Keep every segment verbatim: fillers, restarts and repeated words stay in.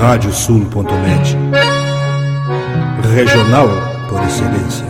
rádio sul ponto net. Regional por excelência.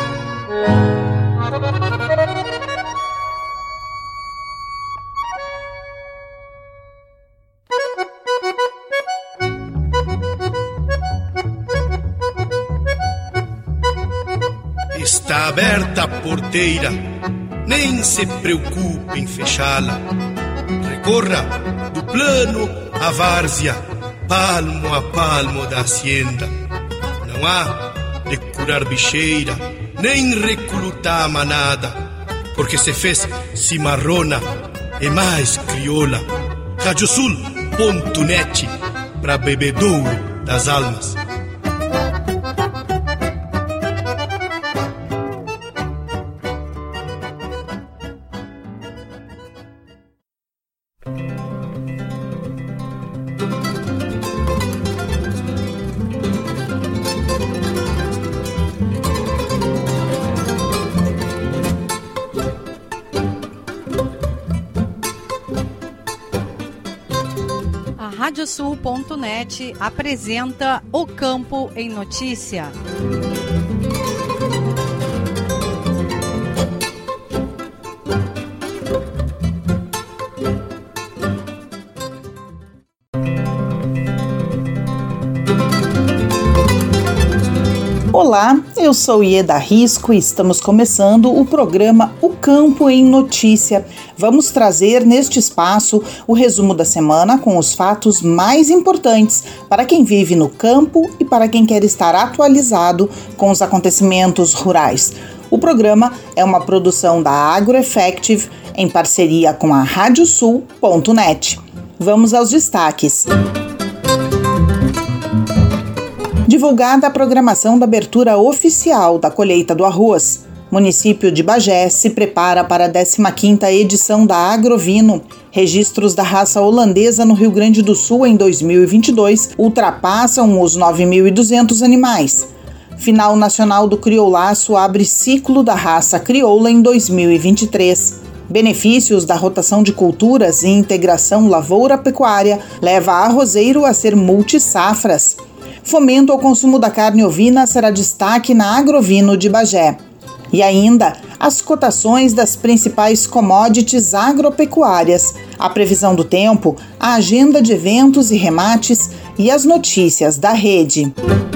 Está aberta a porteira, nem se preocupe em fechá-la. Recorra do plano à várzea, palmo a palmo da hacienda. Não há de curar bicheira, nem recrutar manada, porque se fez cimarrona e mais crioula. rádio sul ponto net, pra bebedouro das almas. rádio sul ponto net apresenta O Campo em Notícia. Olá, eu sou Ieda Risco e estamos começando o programa O Campo em Notícia. Vamos trazer neste espaço o resumo da semana com os fatos mais importantes para quem vive no campo e para quem quer estar atualizado com os acontecimentos rurais. O programa é uma produção da AgroEffective em parceria com a rádio sul ponto net. Vamos aos destaques. Divulgada a programação da abertura oficial da colheita do arroz. Município de Bagé se prepara para a décima quinta edição da Agrovino. Registros da raça holandesa no Rio Grande do Sul em dois mil e vinte e dois ultrapassam os nove mil e duzentos animais. Final nacional do crioulaço abre ciclo da raça crioula em dois mil e vinte e três. Benefícios da rotação de culturas e integração lavoura-pecuária leva a arrozeiro a ser multissafras. Fomento ao consumo da carne ovina será destaque na Agrovino de Bagé. E ainda, as cotações das principais commodities agropecuárias, a previsão do tempo, a agenda de eventos e remates e as notícias da rede.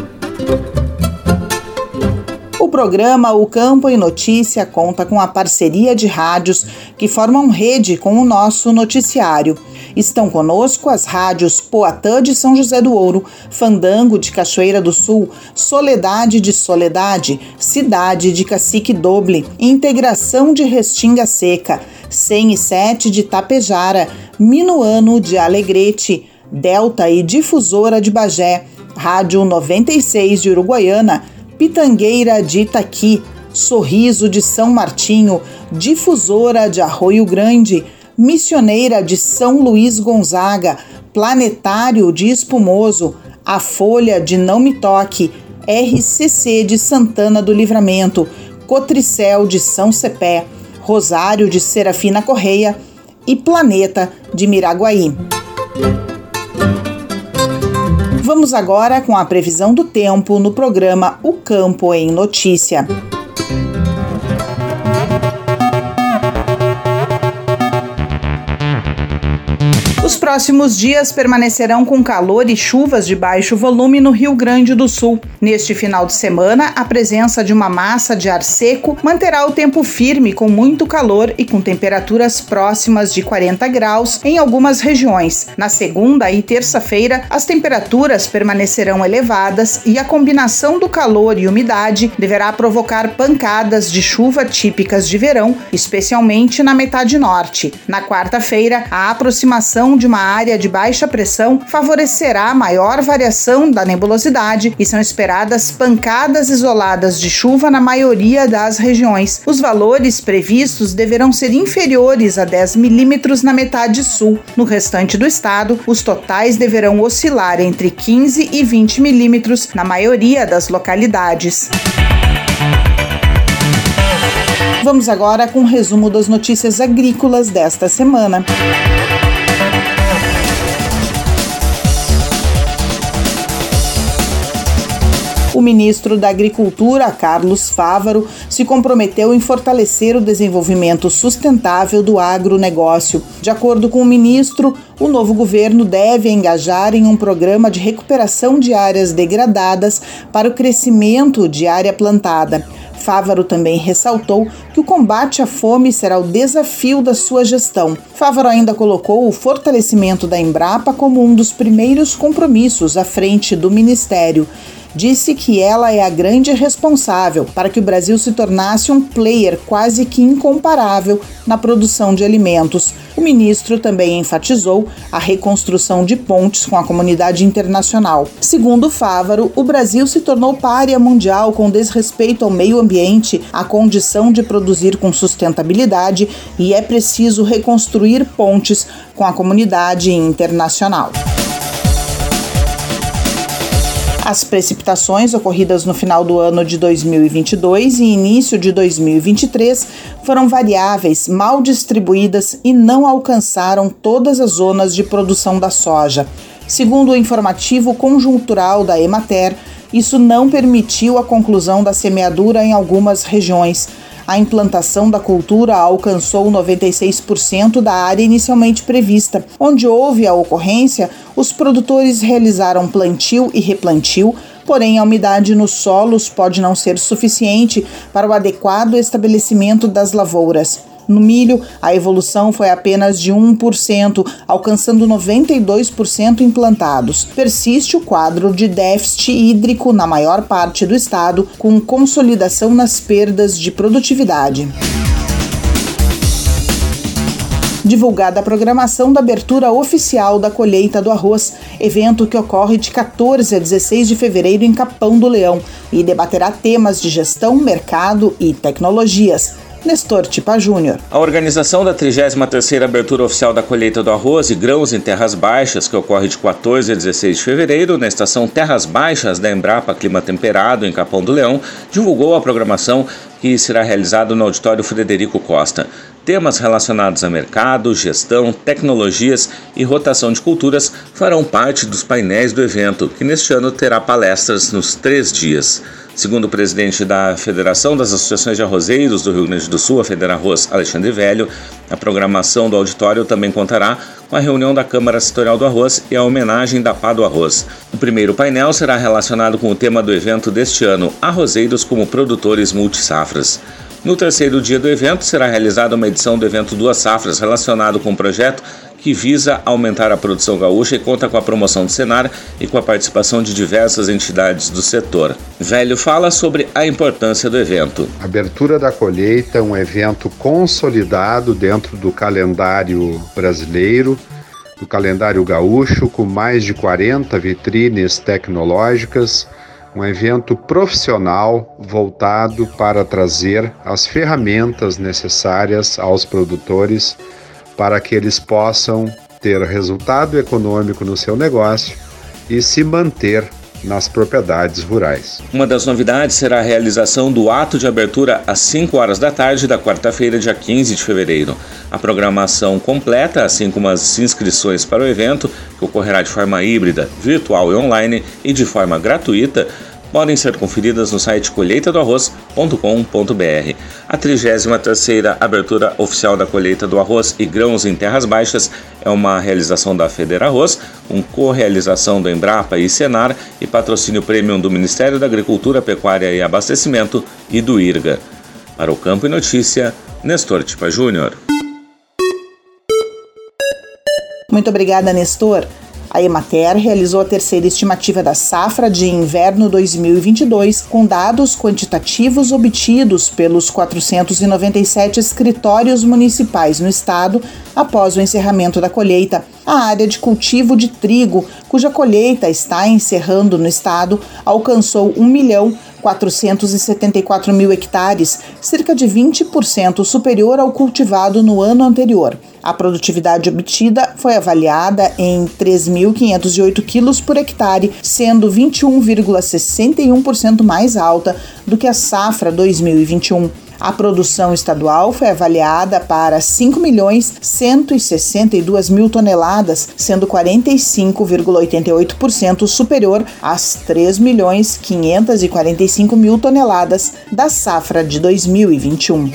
O programa O Campo em Notícia conta com a parceria de rádios que formam rede com o nosso noticiário. Estão conosco as rádios Poatã de São José do Ouro, Fandango de Cachoeira do Sul, Soledade de Soledade, Cidade de Cacique Doble, Integração de Restinga Seca, cem e sete de Tapejara, Minuano de Alegrete, Delta e Difusora de Bagé, Rádio noventa e seis de Uruguaiana, Pitangueira de Itaqui, Sorriso de São Martinho, Difusora de Arroio Grande, Missioneira de São Luís Gonzaga, Planetário de Espumoso, A Folha de Não Me Toque, R C C de Santana do Livramento, Cotricel de São Cepé, Rosário de Serafina Correia e Planeta de Miraguaí. Vamos agora com a previsão do tempo no programa O Campo em Notícia. Os próximos dias permanecerão com calor e chuvas de baixo volume no Rio Grande do Sul. Neste final de semana, a presença de uma massa de ar seco manterá o tempo firme com muito calor e com temperaturas próximas de quarenta graus em algumas regiões. Na segunda e terça-feira, as temperaturas permanecerão elevadas e a combinação do calor e umidade deverá provocar pancadas de chuva típicas de verão, especialmente na metade norte. Na quarta-feira, a aproximação de uma área de baixa pressão favorecerá a maior variação da nebulosidade e são esperadas pancadas isoladas de chuva na maioria das regiões. Os valores previstos deverão ser inferiores a dez milímetros na metade sul. No restante do estado, os totais deverão oscilar entre quinze e vinte milímetros na maioria das localidades. Vamos agora com um resumo das notícias agrícolas desta semana. ministro da Agricultura, Carlos Fávaro, se comprometeu em fortalecer o desenvolvimento sustentável do agronegócio. De acordo com o ministro, o novo governo deve engajar em um programa de recuperação de áreas degradadas para o crescimento de área plantada. Fávaro também ressaltou que o combate à fome será o desafio da sua gestão. Fávaro ainda colocou o fortalecimento da Embrapa como um dos primeiros compromissos à frente do Ministério. Disse que ela é a grande responsável para que o Brasil se tornasse um player quase que incomparável na produção de alimentos. O ministro também enfatizou a reconstrução de pontes com a comunidade internacional. Segundo Fávaro, o Brasil se tornou pária mundial com desrespeito ao meio ambiente, à condição de produzir com sustentabilidade, e é preciso reconstruir pontes com a comunidade internacional. As precipitações ocorridas no final do ano de dois mil e vinte e dois e início de dois mil e vinte e três foram variáveis, mal distribuídas e não alcançaram todas as zonas de produção da soja. Segundo o informativo conjuntural da Emater, isso não permitiu a conclusão da semeadura em algumas regiões. A implantação da cultura alcançou noventa e seis por cento da área inicialmente prevista. Onde houve a ocorrência, os produtores realizaram plantio e replantio, porém a umidade nos solos pode não ser suficiente para o adequado estabelecimento das lavouras. No milho, a evolução foi apenas de um por cento, alcançando noventa e dois por cento implantados. Persiste o quadro de déficit hídrico na maior parte do estado, com consolidação nas perdas de produtividade. Divulgada a programação da abertura oficial da colheita do arroz, evento que ocorre de quatorze a dezesseis de fevereiro em Capão do Leão e debaterá temas de gestão, mercado e tecnologias. Nestor Tipa Júnior. A organização da trigésima terceira abertura oficial da colheita do arroz e grãos em terras baixas, que ocorre de quatorze a dezesseis de fevereiro, na estação Terras Baixas da Embrapa Clima Temperado, em Capão do Leão, divulgou a programação que será realizada no auditório Frederico Costa. Temas relacionados a mercado, gestão, tecnologias e rotação de culturas farão parte dos painéis do evento, que neste ano terá palestras nos três dias. Segundo o presidente da Federação das Associações de Arrozeiros do Rio Grande do Sul, a Federarroz, Alexandre Velho, a programação do auditório também contará com a reunião da Câmara Setorial do Arroz e a homenagem da Pá do Arroz. O primeiro painel será relacionado com o tema do evento deste ano, Arrozeiros como Produtores Multisafras. No terceiro dia do evento, será realizada uma edição do evento Duas Safras, relacionado com um projeto que visa aumentar a produção gaúcha e conta com a promoção do Senar e com a participação de diversas entidades do setor. Velho fala sobre a importância do evento. A abertura da colheita é um evento consolidado dentro do calendário brasileiro, do calendário gaúcho, com mais de quarenta vitrines tecnológicas, um evento profissional voltado para trazer as ferramentas necessárias aos produtores para que eles possam ter resultado econômico no seu negócio e se manter nas propriedades rurais. Uma das novidades será a realização do ato de abertura às cinco horas da tarde da quarta-feira, dia quinze de fevereiro. A programação completa, assim como as inscrições para o evento, que ocorrerá de forma híbrida, virtual e online e de forma gratuita, podem ser conferidas no site colheita do arroz ponto com ponto b r. A trigésima terceira abertura oficial da colheita do arroz e grãos em terras baixas é uma realização da Federarroz, com co-realização do Embrapa e Senar e patrocínio premium do Ministério da Agricultura, Pecuária e Abastecimento e do IRGA. Para o Campo e Notícia, Nestor Tipa Júnior. Muito obrigada, Nestor. A Emater realizou a terceira estimativa da safra de inverno dois mil e vinte e dois, com dados quantitativos obtidos pelos quatrocentos e noventa e sete escritórios municipais no estado após o encerramento da colheita. A área de cultivo de trigo, cuja colheita está encerrando no estado, alcançou um milhão quatrocentos e setenta e quatro mil hectares, cerca de vinte por cento superior ao cultivado no ano anterior. A produtividade obtida foi avaliada em três mil quinhentos e oito quilos por hectare, sendo vinte e um vírgula sessenta e um por cento mais alta do que a safra dois mil e vinte e um. A produção estadual foi avaliada para cinco milhões cento e sessenta e duas mil toneladas, sendo quarenta e cinco vírgula oitenta e oito por cento superior às três milhões quinhentos e quarenta e cinco mil toneladas da safra de dois mil e vinte e um.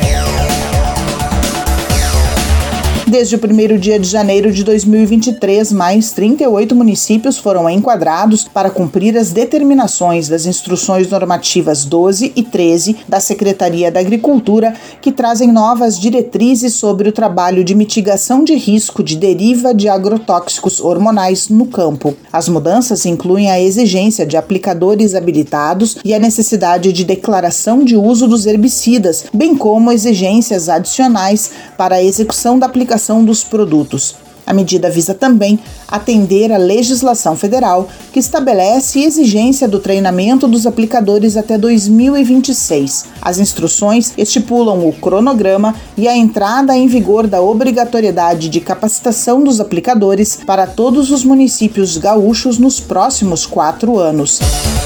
Desde o primeiro dia de janeiro de dois mil e vinte e três, mais trinta e oito municípios foram enquadrados para cumprir as determinações das instruções normativas doze e treze da Secretaria da Agricultura, que trazem novas diretrizes sobre o trabalho de mitigação de risco de deriva de agrotóxicos hormonais no campo. As mudanças incluem a exigência de aplicadores habilitados e a necessidade de declaração de uso dos herbicidas, bem como exigências adicionais para a execução da aplicação dos produtos. A medida visa também atender à legislação federal, que estabelece exigência do treinamento dos aplicadores até dois mil e vinte e seis. As instruções estipulam o cronograma e a entrada em vigor da obrigatoriedade de capacitação dos aplicadores para todos os municípios gaúchos nos próximos quatro anos.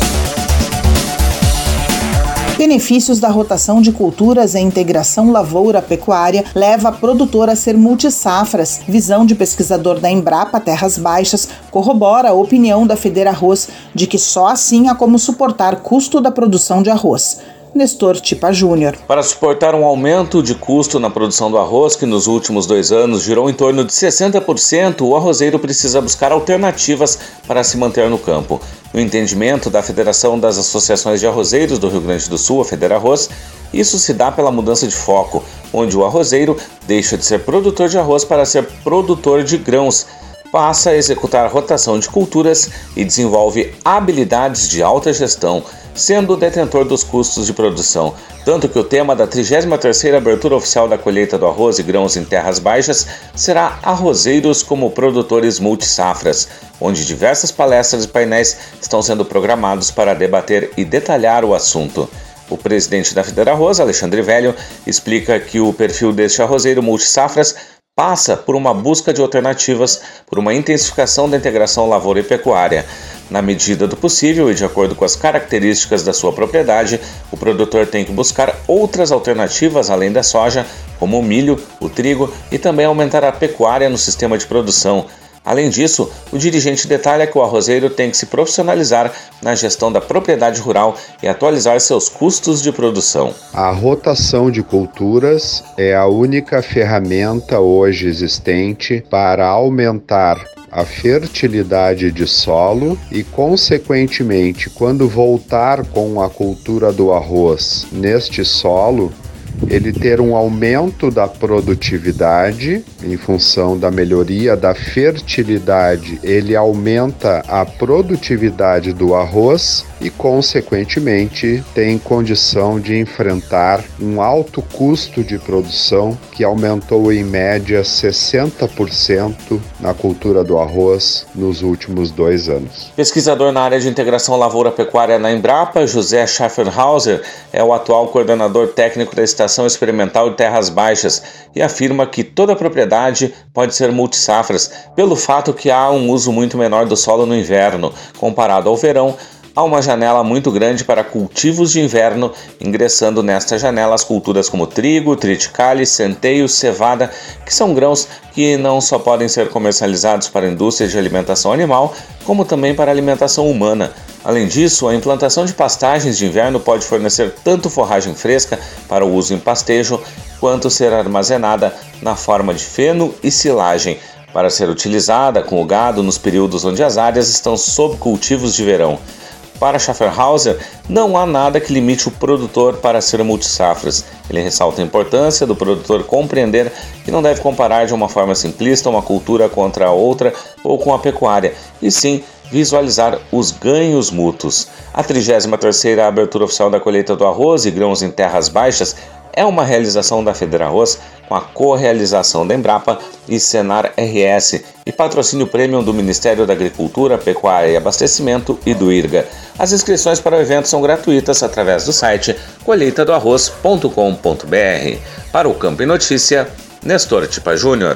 Benefícios da rotação de culturas e integração lavoura-pecuária leva a produtora a ser multisafras. Visão de pesquisador da Embrapa Terras Baixas corrobora a opinião da Federarroz de que só assim há como suportar custo da produção de arroz. Nestor Tipa Júnior. Para suportar um aumento de custo na produção do arroz, que nos últimos dois anos girou em torno de sessenta por cento, o arrozeiro precisa buscar alternativas para se manter no campo. No entendimento da Federação das Associações de Arrozeiros do Rio Grande do Sul, a Federarroz, isso se dá pela mudança de foco, onde o arrozeiro deixa de ser produtor de arroz para ser produtor de grãos, passa a executar rotação de culturas e desenvolve habilidades de alta gestão, sendo o detentor dos custos de produção. Tanto que o tema da trigésima terceira abertura oficial da colheita do arroz e grãos em terras baixas será Arrozeiros como produtores multisafras, onde diversas palestras e painéis estão sendo programados para debater e detalhar o assunto. O presidente da Federarroz, Alexandre Velho, explica que o perfil deste arrozeiro multisafras passa por uma busca de alternativas, por uma intensificação da integração lavoura e pecuária. Na medida do possível e de acordo com as características da sua propriedade, o produtor tem que buscar outras alternativas além da soja, como o milho, o trigo e também aumentar a pecuária no sistema de produção. Além disso, o dirigente detalha que o arrozeiro tem que se profissionalizar na gestão da propriedade rural e atualizar seus custos de produção. A rotação de culturas é a única ferramenta hoje existente para aumentar a fertilidade de solo e, consequentemente, quando voltar com a cultura do arroz neste solo, ele ter um aumento da produtividade em função da melhoria da fertilidade, ele aumenta a produtividade do arroz e, consequentemente, tem condição de enfrentar um alto custo de produção que aumentou em média sessenta por cento na cultura do arroz nos últimos dois anos. Pesquisador na área de integração lavoura-pecuária na Embrapa, José Schaffenhauser, é o atual coordenador técnico da Estação Experimental de Terras Baixas e afirma que toda propriedade pode ser multisafras, pelo fato que há um uso muito menor do solo no inverno, comparado ao verão. Há uma janela muito grande para cultivos de inverno, ingressando nesta janela as culturas como trigo, triticale, centeio, cevada, que são grãos que não só podem ser comercializados para a indústria de alimentação animal, como também para a alimentação humana. Além disso, a implantação de pastagens de inverno pode fornecer tanto forragem fresca para o uso em pastejo, quanto ser armazenada na forma de feno e silagem, para ser utilizada com o gado nos períodos onde as áreas estão sob cultivos de verão. Para Schaffenhauser, não há nada que limite o produtor para ser multisafras. Ele ressalta a importância do produtor compreender que não deve comparar de uma forma simplista uma cultura contra a outra ou com a pecuária, e sim visualizar os ganhos mútuos. A trigésima terceira abertura oficial da colheita do arroz e grãos em terras baixas é uma realização da Federarroz com a co-realização da Embrapa e Senar R S e patrocínio premium do Ministério da Agricultura, Pecuária e Abastecimento e do IRGA. As inscrições para o evento são gratuitas através do site colheita do arroz ponto com ponto b r. Para o Campo e Notícia, Nestor Tipa Júnior.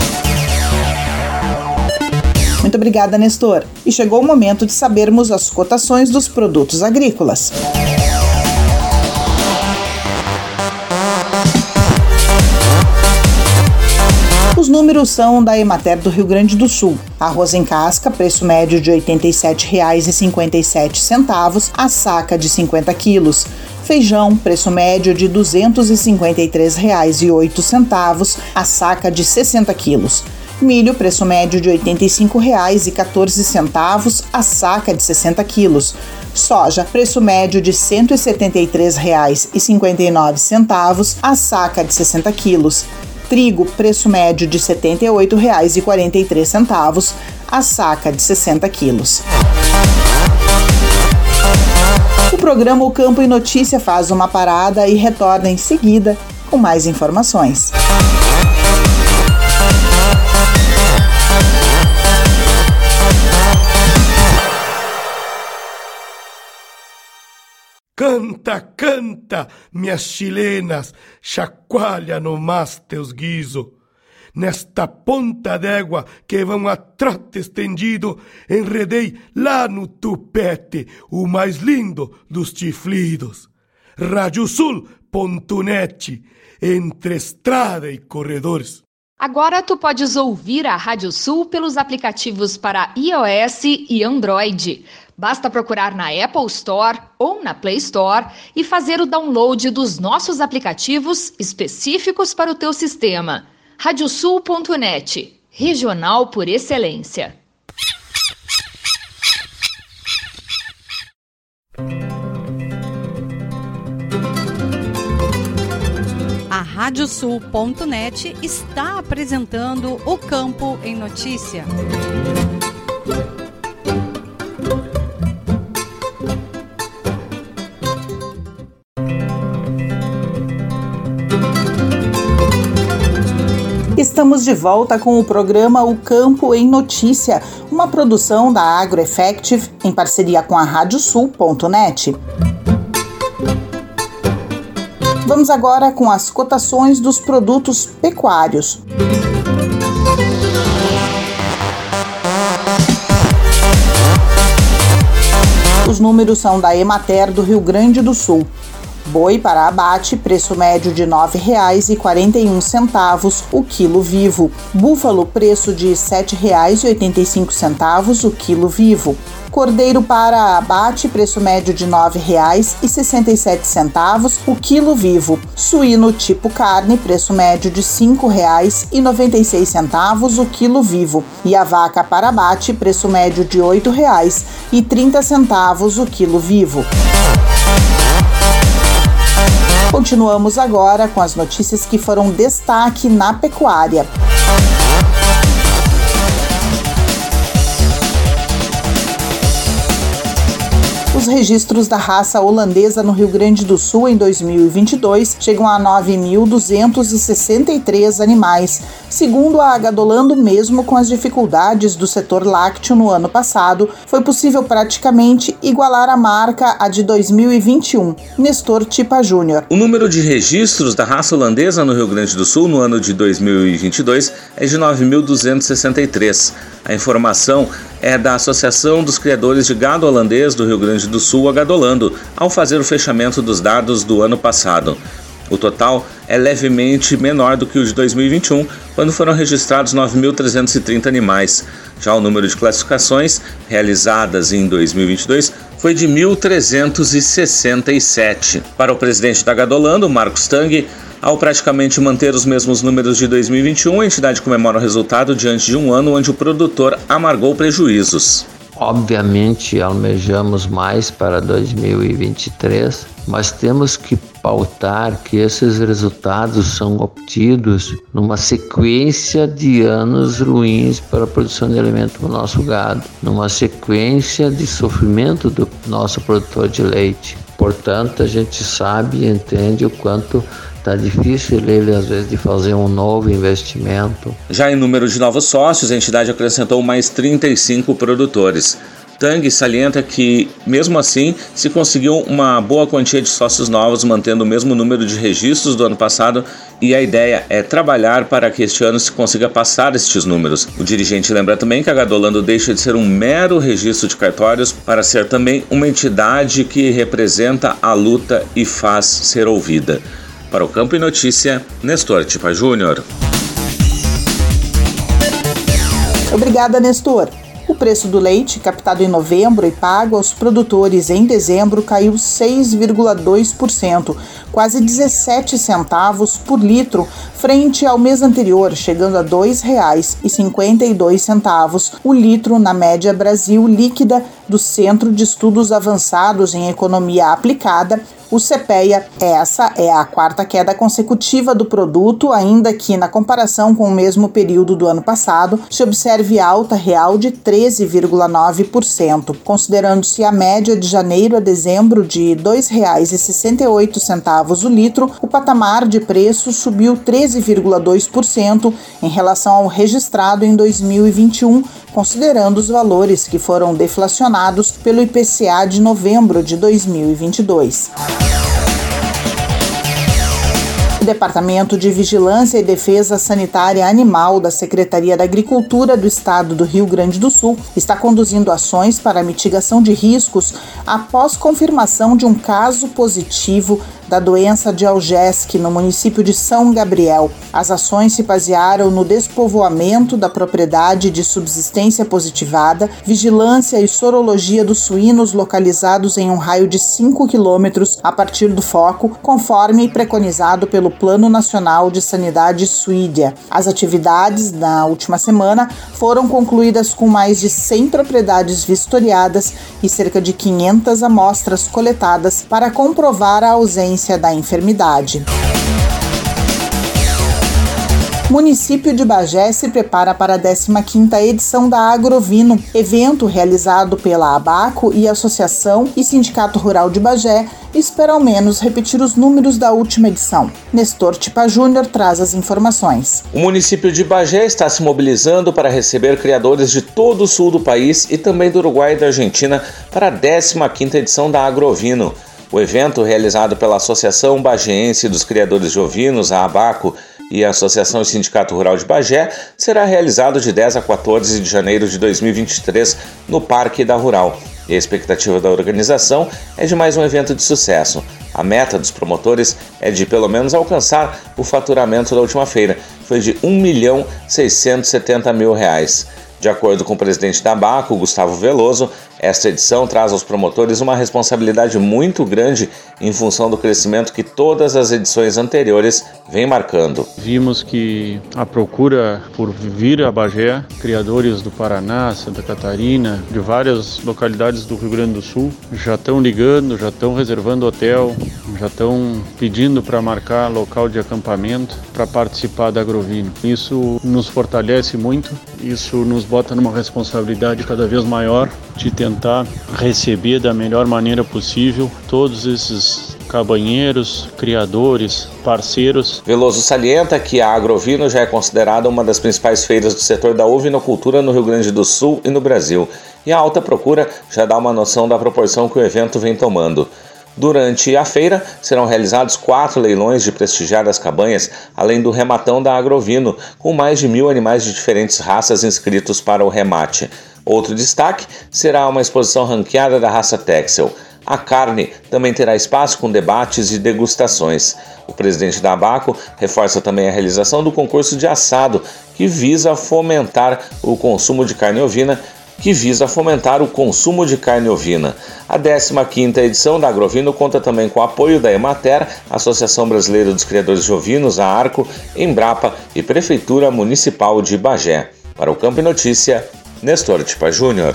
Muito obrigada, Nestor. E chegou o momento de sabermos as cotações dos produtos agrícolas. números são da Emater do Rio Grande do Sul. Arroz em casca, preço médio de oitenta e sete reais e cinquenta e sete centavos, a saca de cinquenta quilos. Feijão, preço médio de duzentos e cinquenta e três reais e oito centavos, a saca de sessenta quilos. Milho, preço médio de oitenta e cinco reais e quatorze centavos, a saca de sessenta quilos. Soja, preço médio de cento e setenta e três reais e cinquenta e nove centavos, a saca de sessenta quilos. Trigo, preço médio de setenta e oito reais e quarenta e três centavos, a saca de sessenta quilos. O programa O Campo em Notícia faz uma parada e retorna em seguida com mais informações. Canta, canta, minhas chilenas, chacoalha no mas teus guiso. Nesta ponta d'égua que vão a trote estendido, enredei lá no tupete o mais lindo dos chiflidos. rádio sul ponto net, entre estrada e corredores. Agora tu podes ouvir a Rádio Sul pelos aplicativos para iOS e Android. Basta procurar na Apple Store ou na Play Store e fazer o download dos nossos aplicativos específicos para o teu sistema. rádio sul ponto net, regional por excelência. A rádio sul ponto net está apresentando o Campo em Notícia. Estamos de volta com o programa O Campo em Notícia, uma produção da AgroEffective em parceria com a rádio sul ponto net. Vamos agora com as cotações dos produtos pecuários. Os números são da Emater do Rio Grande do Sul. Boi para abate, preço médio de nove reais e quarenta e um centavos o quilo vivo. Búfalo, preço de sete reais e oitenta e cinco centavos o quilo vivo. Cordeiro para abate, preço médio de nove reais e sessenta e sete centavos o quilo vivo. Suíno tipo carne, preço médio de cinco reais e noventa e seis centavos o quilo vivo. E a vaca para abate, preço médio de oito reais e trinta centavos o quilo vivo. Continuamos agora com as notícias que foram destaque na pecuária. Os registros da raça holandesa no Rio Grande do Sul em dois mil e vinte e dois chegam a nove mil duzentos e sessenta e três animais, segundo a Agadolando. Mesmo com as dificuldades do setor lácteo no ano passado, foi possível praticamente igualar a marca a de dois mil e vinte e um. Nestor Tipa Júnior. O número de registros da raça holandesa no Rio Grande do Sul no ano de dois mil e vinte e dois é de nove mil duzentos e sessenta e três. A informação é da Associação dos Criadores de Gado Holandês do Rio Grande do Sul, Agadolando, ao fazer o fechamento dos dados do ano passado. O total é levemente menor do que o de dois mil e vinte e um, quando foram registrados nove mil trezentos e trinta animais. Já o número de classificações realizadas em dois mil e vinte e dois foi de mil trezentos e sessenta e sete. Para o presidente da Agadolando, Marcos Tang, ao praticamente manter os mesmos números de dois mil e vinte e um, a entidade comemora o resultado diante de um ano onde o produtor amargou prejuízos. Obviamente, almejamos mais para dois mil e vinte e três, mas temos que pautar que esses resultados são obtidos numa sequência de anos ruins para a produção de alimento para o nosso gado, numa sequência de sofrimento do nosso produtor de leite. Portanto, a gente sabe e entende o quanto está difícil ele, às vezes, de fazer um novo investimento. Já em número de novos sócios, a entidade acrescentou mais trinta e cinco produtores. Tang salienta que, mesmo assim, se conseguiu uma boa quantia de sócios novos, mantendo o mesmo número de registros do ano passado, e a ideia é trabalhar para que este ano se consiga passar estes números. O dirigente lembra também que a Agadolando deixa de ser um mero registro de cartórios para ser também uma entidade que representa a luta e faz ser ouvida. Para o Campo e Notícia, Nestor Tipa Júnior. Obrigada, Nestor. O preço do leite, captado em novembro e pago aos produtores em dezembro, caiu seis vírgula dois por cento, quase dezessete centavos por litro, frente ao mês anterior, chegando a dois reais e cinquenta e dois centavos o litro na média Brasil líquida do Centro de Estudos Avançados em Economia Aplicada, o CEPEA. Essa é a quarta queda consecutiva do produto, ainda que na comparação com o mesmo período do ano passado, se observe alta real de treze vírgula nove por cento, considerando-se a média de janeiro a dezembro de dois reais e sessenta e oito centavos o litro, o patamar de preço subiu treze vírgula dois por cento em relação ao registrado em dois mil e vinte e um, considerando os valores que foram deflacionados pelo I P C A de novembro de dois mil e vinte e dois. O Departamento de Vigilância e Defesa Sanitária Animal da Secretaria da Agricultura do Estado do Rio Grande do Sul está conduzindo ações para a mitigação de riscos após confirmação de um caso positivo da doença de Algesque no município de São Gabriel. As ações se basearam no despovoamento da propriedade de subsistência positivada, vigilância e sorologia dos suínos localizados em um raio de cinco quilômetros a partir do foco, conforme preconizado pelo Plano Nacional de Sanidade Suídia. As atividades na última semana foram concluídas com mais de cem propriedades vistoriadas e cerca de quinhentas amostras coletadas para comprovar a ausência da enfermidade. O município de Bagé se prepara para a décima quinta edição da Agrovino, evento realizado pela Abaco e Associação e Sindicato Rural de Bagé, e espera ao menos repetir os números da última edição. Nestor Tipa Júnior traz as informações. O município de Bagé está se mobilizando para receber criadores de todo o sul do país e também do Uruguai e da Argentina para a décima quinta edição da Agrovino. O evento, realizado pela Associação Bagéense dos Criadores de Ovinos, a Abaco, e a Associação e Sindicato Rural de Bagé, será realizado de dez a quatorze de janeiro de dois mil e vinte e três no Parque da Rural. E a expectativa da organização é de mais um evento de sucesso. A meta dos promotores é de pelo menos alcançar o faturamento da última feira, que foi de um milhão seiscentos e setenta mil reais. De acordo com o presidente da Abaco, Gustavo Veloso, esta edição traz aos promotores uma responsabilidade muito grande em função do crescimento que todas as edições anteriores vêm marcando. Vimos que a procura por vir a Bagé, criadores do Paraná, Santa Catarina, de várias localidades do Rio Grande do Sul, já estão ligando, já estão reservando hotel, já estão pedindo para marcar local de acampamento para participar da Agrovino. Isso nos fortalece muito, isso nos bota numa responsabilidade cada vez maior de tentar receber da melhor maneira possível todos esses cabanheiros, criadores, parceiros. Veloso salienta que a Agrovino já é considerada uma das principais feiras do setor da ovinocultura no Rio Grande do Sul e no Brasil, e a alta procura já dá uma noção da proporção que o evento vem tomando. Durante a feira, serão realizados quatro leilões de prestigiadas cabanhas, além do rematão da Agrovino, com mais de mil animais de diferentes raças inscritos para o remate. Outro destaque será uma exposição ranqueada da raça Texel. A carne também terá espaço com debates e degustações. O presidente da Abaco reforça também a realização do concurso de assado, que visa fomentar o consumo de carne ovina, que visa fomentar o consumo de carne ovina. A décima quinta edição da Agrovino conta também com o apoio da Emater, Associação Brasileira dos Criadores de Ovinos, a Arco, Embrapa e Prefeitura Municipal de Bagé. Para o Campo e Notícia, Nestor Tipa Júnior.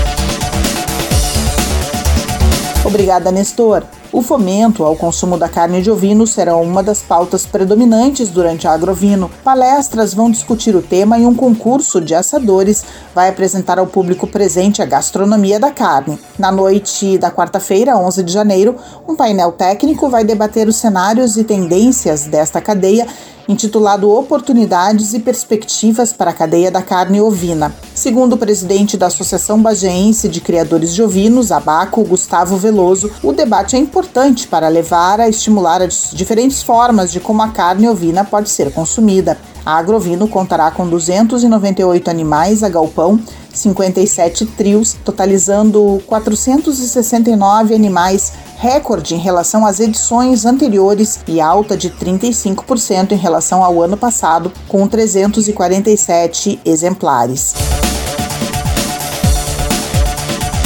Obrigada, Nestor. O fomento ao consumo da carne de ovino será uma das pautas predominantes durante a Agrovino. Palestras vão discutir o tema e um concurso de assadores vai apresentar ao público presente a gastronomia da carne. Na noite da quarta-feira, onze de janeiro, um painel técnico vai debater os cenários e tendências desta cadeia, intitulado Oportunidades e Perspectivas para a Cadeia da Carne Ovina. Segundo o presidente da Associação Bagéense de Criadores de Ovinos, Abaco, Gustavo Veloso, o debate é importante para levar a estimular as diferentes formas de como a carne ovina pode ser consumida. A Agrovino contará com duzentos e noventa e oito animais a galpão, cinquenta e sete trios, totalizando quatrocentos e sessenta e nove animais, recorde em relação às edições anteriores e alta de trinta e cinco por cento em relação ao ano passado, com trezentos e quarenta e sete exemplares.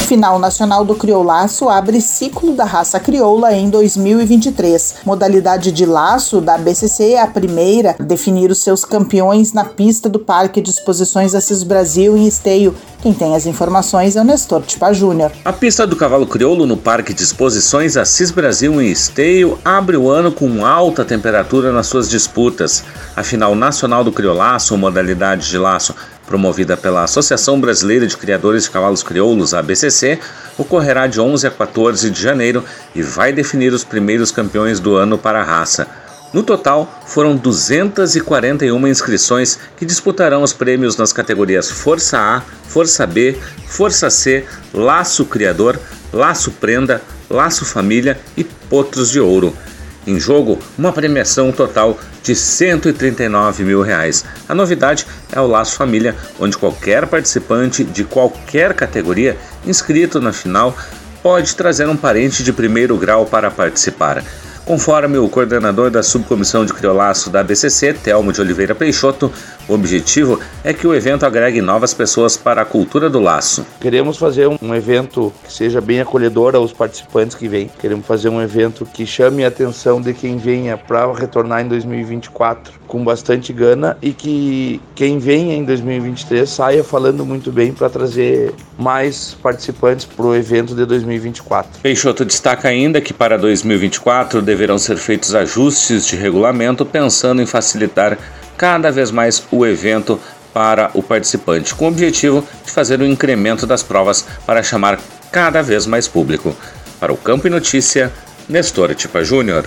Final nacional do criolaço abre ciclo da raça crioula em dois mil e vinte e três. Modalidade de laço da B C C é a primeira a definir os seus campeões na pista do Parque de Exposições Assis Brasil em Esteio. Quem tem as informações é o Nestor Tipa Júnior. A pista do cavalo crioulo no Parque de Exposições Assis Brasil em Esteio abre o ano com alta temperatura nas suas disputas. A final nacional do criolaço, modalidade de laço, promovida pela Associação Brasileira de Criadores de Cavalos Crioulos, a B C C, ocorrerá de onze a quatorze de janeiro e vai definir os primeiros campeões do ano para a raça. No total, foram duzentas e quarenta e uma inscrições que disputarão os prêmios nas categorias Força A, Força B, Força C, Laço Criador, Laço Prenda, Laço Família e Potros de Ouro. Em jogo, uma premiação total de cento e trinta e nove mil reais. A novidade é o Laço Família, onde qualquer participante de qualquer categoria inscrito na final pode trazer um parente de primeiro grau para participar. Conforme o coordenador da Subcomissão de Criolaço da B C C, Telmo de Oliveira Peixoto, o objetivo é que o evento agregue novas pessoas para a cultura do laço. Queremos fazer um evento que seja bem acolhedor aos participantes que vêm. Queremos fazer um evento que chame a atenção de quem venha para retornar em dois mil e vinte e quatro com bastante gana e que quem venha em dois mil e vinte e três saia falando muito bem para trazer mais participantes para o evento de dois mil e vinte e quatro. Peixoto destaca ainda que para dois mil e vinte e quatro deverão ser feitos ajustes de regulamento pensando em facilitar cada vez mais o evento para o participante, com o objetivo de fazer o incremento das provas para chamar cada vez mais público. Para o Campo e Notícia, Nestor Tipa Júnior.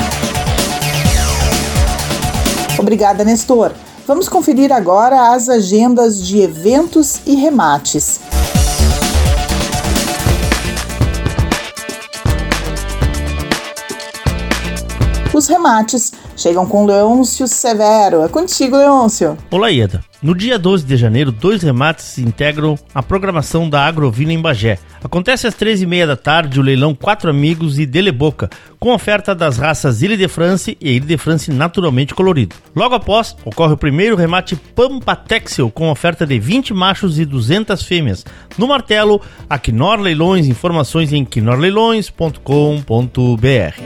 Obrigada, Nestor. Vamos conferir agora as agendas de eventos e remates. Os remates chegam com Leôncio Severo. É contigo, Leôncio. Olá, Ieda. No dia doze de janeiro, dois remates integram a programação da Agrovino em Bagé. Acontece às treze e meia da tarde o leilão Quatro Amigos e Deleboca, com oferta das raças Ile de France e Ile de France naturalmente colorido. Logo após, ocorre o primeiro remate Pampa Texel, com oferta de vinte machos e duzentas fêmeas. No martelo, a Knorr Leilões, informações em knorr leilões ponto com ponto b r.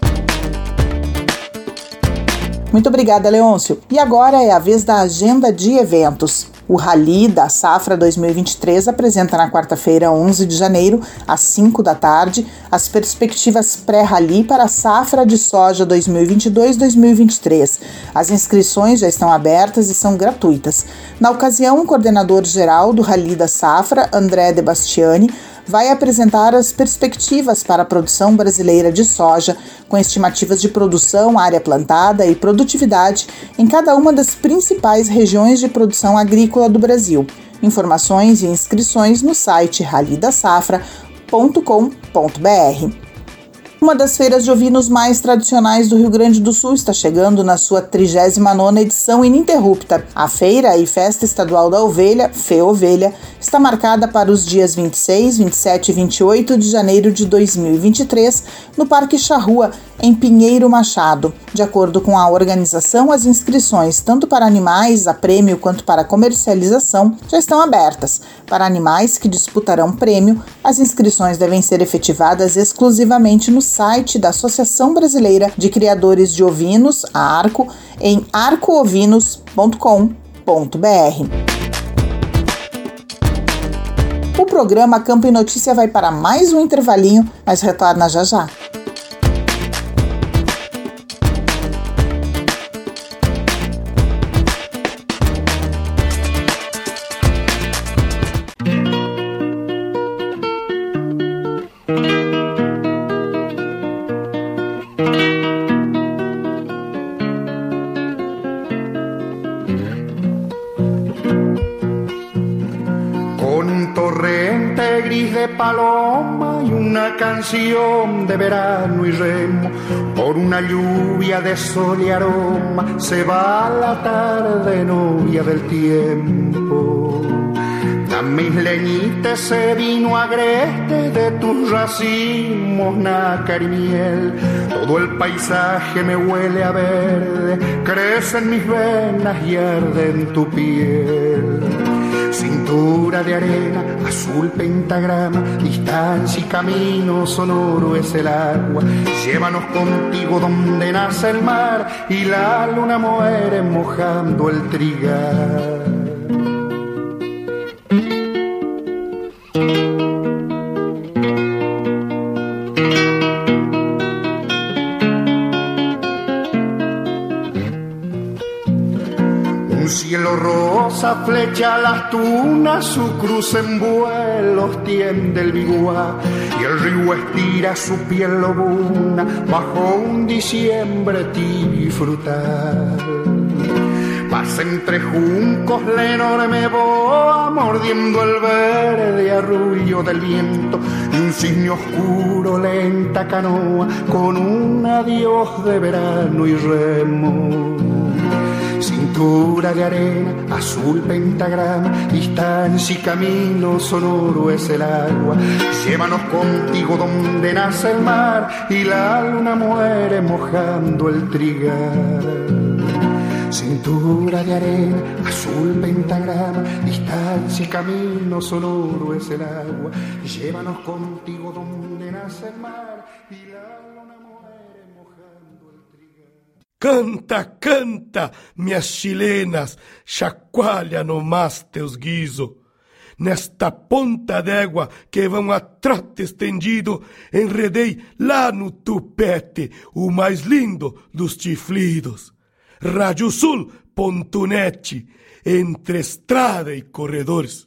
Muito obrigada, Leôncio. E agora é a vez da agenda de eventos. O Rally da Safra dois mil e vinte e três apresenta na quarta-feira, onze de janeiro, às cinco da tarde, as perspectivas pré-Rally para a Safra de Soja dois mil e vinte e dois dois mil e vinte e três. As inscrições já estão abertas e são gratuitas. Na ocasião, o coordenador-geral do Rally da Safra, André De Bastiani, vai apresentar as perspectivas para a produção brasileira de soja, com estimativas de produção, área plantada e produtividade em cada uma das principais regiões de produção agrícola do Brasil. Informações e inscrições no site rally da safra ponto com ponto b r. Uma das feiras de ovinos mais tradicionais do Rio Grande do Sul está chegando na sua trigésima nona edição ininterrupta. A Feira e Festa Estadual da Ovelha, FEOvelha, está marcada para os dias vinte e seis, vinte e sete e vinte e oito de janeiro de dois mil e vinte e três, no Parque Charrua, em Pinheiro Machado. De acordo com a organização, as inscrições, tanto para animais a prêmio quanto para comercialização, já estão abertas. Para animais que disputarão prêmio, as inscrições devem ser efetivadas exclusivamente no site da Associação Brasileira de Criadores de Ovinos, a ARCO, em arco ovinos ponto com ponto b r. O programa Campo e Notícia vai para mais um intervalinho, mas retorna já já. Paloma y una canción de verano y remo, por una lluvia de sol y aroma, se va la tarde novia del tiempo. A mis leñites se vino agreste de tus racimos, nácar y miel. Todo el paisaje me huele a verde, crece en mis venas y arde en tu piel. Cintura Cintura de arena, azul pentagrama, distancia y camino sonoro es el agua. Llévanos contigo donde nace el mar y la luna muere mojando el trigal. Cielo rosa flecha las tunas, su cruz en vuelos tiende el biguá, y el río estira su piel lobuna bajo un diciembre tibio y frutal. Pasa entre juncos la enorme boa, mordiendo el verde arrullo del viento, y un cisne oscuro lenta canoa con un adiós de verano y remo. Cintura de arena, azul pentagrama, distancia y camino sonoro es el agua. Llévanos contigo donde nace el mar y la luna muere mojando el trigal. Cintura de arena, azul pentagrama, distancia y camino sonoro es el agua. Llévanos contigo donde nace el mar y la luna muere mojando el trigal. Canta, canta, minhas chilenas, chacoalha no mas teus guiso. Nesta ponta d'égua que vão a trote estendido, enredei lá no tupete o mais lindo dos chiflidos. rádio sul ponto net, entre estrada e corredores.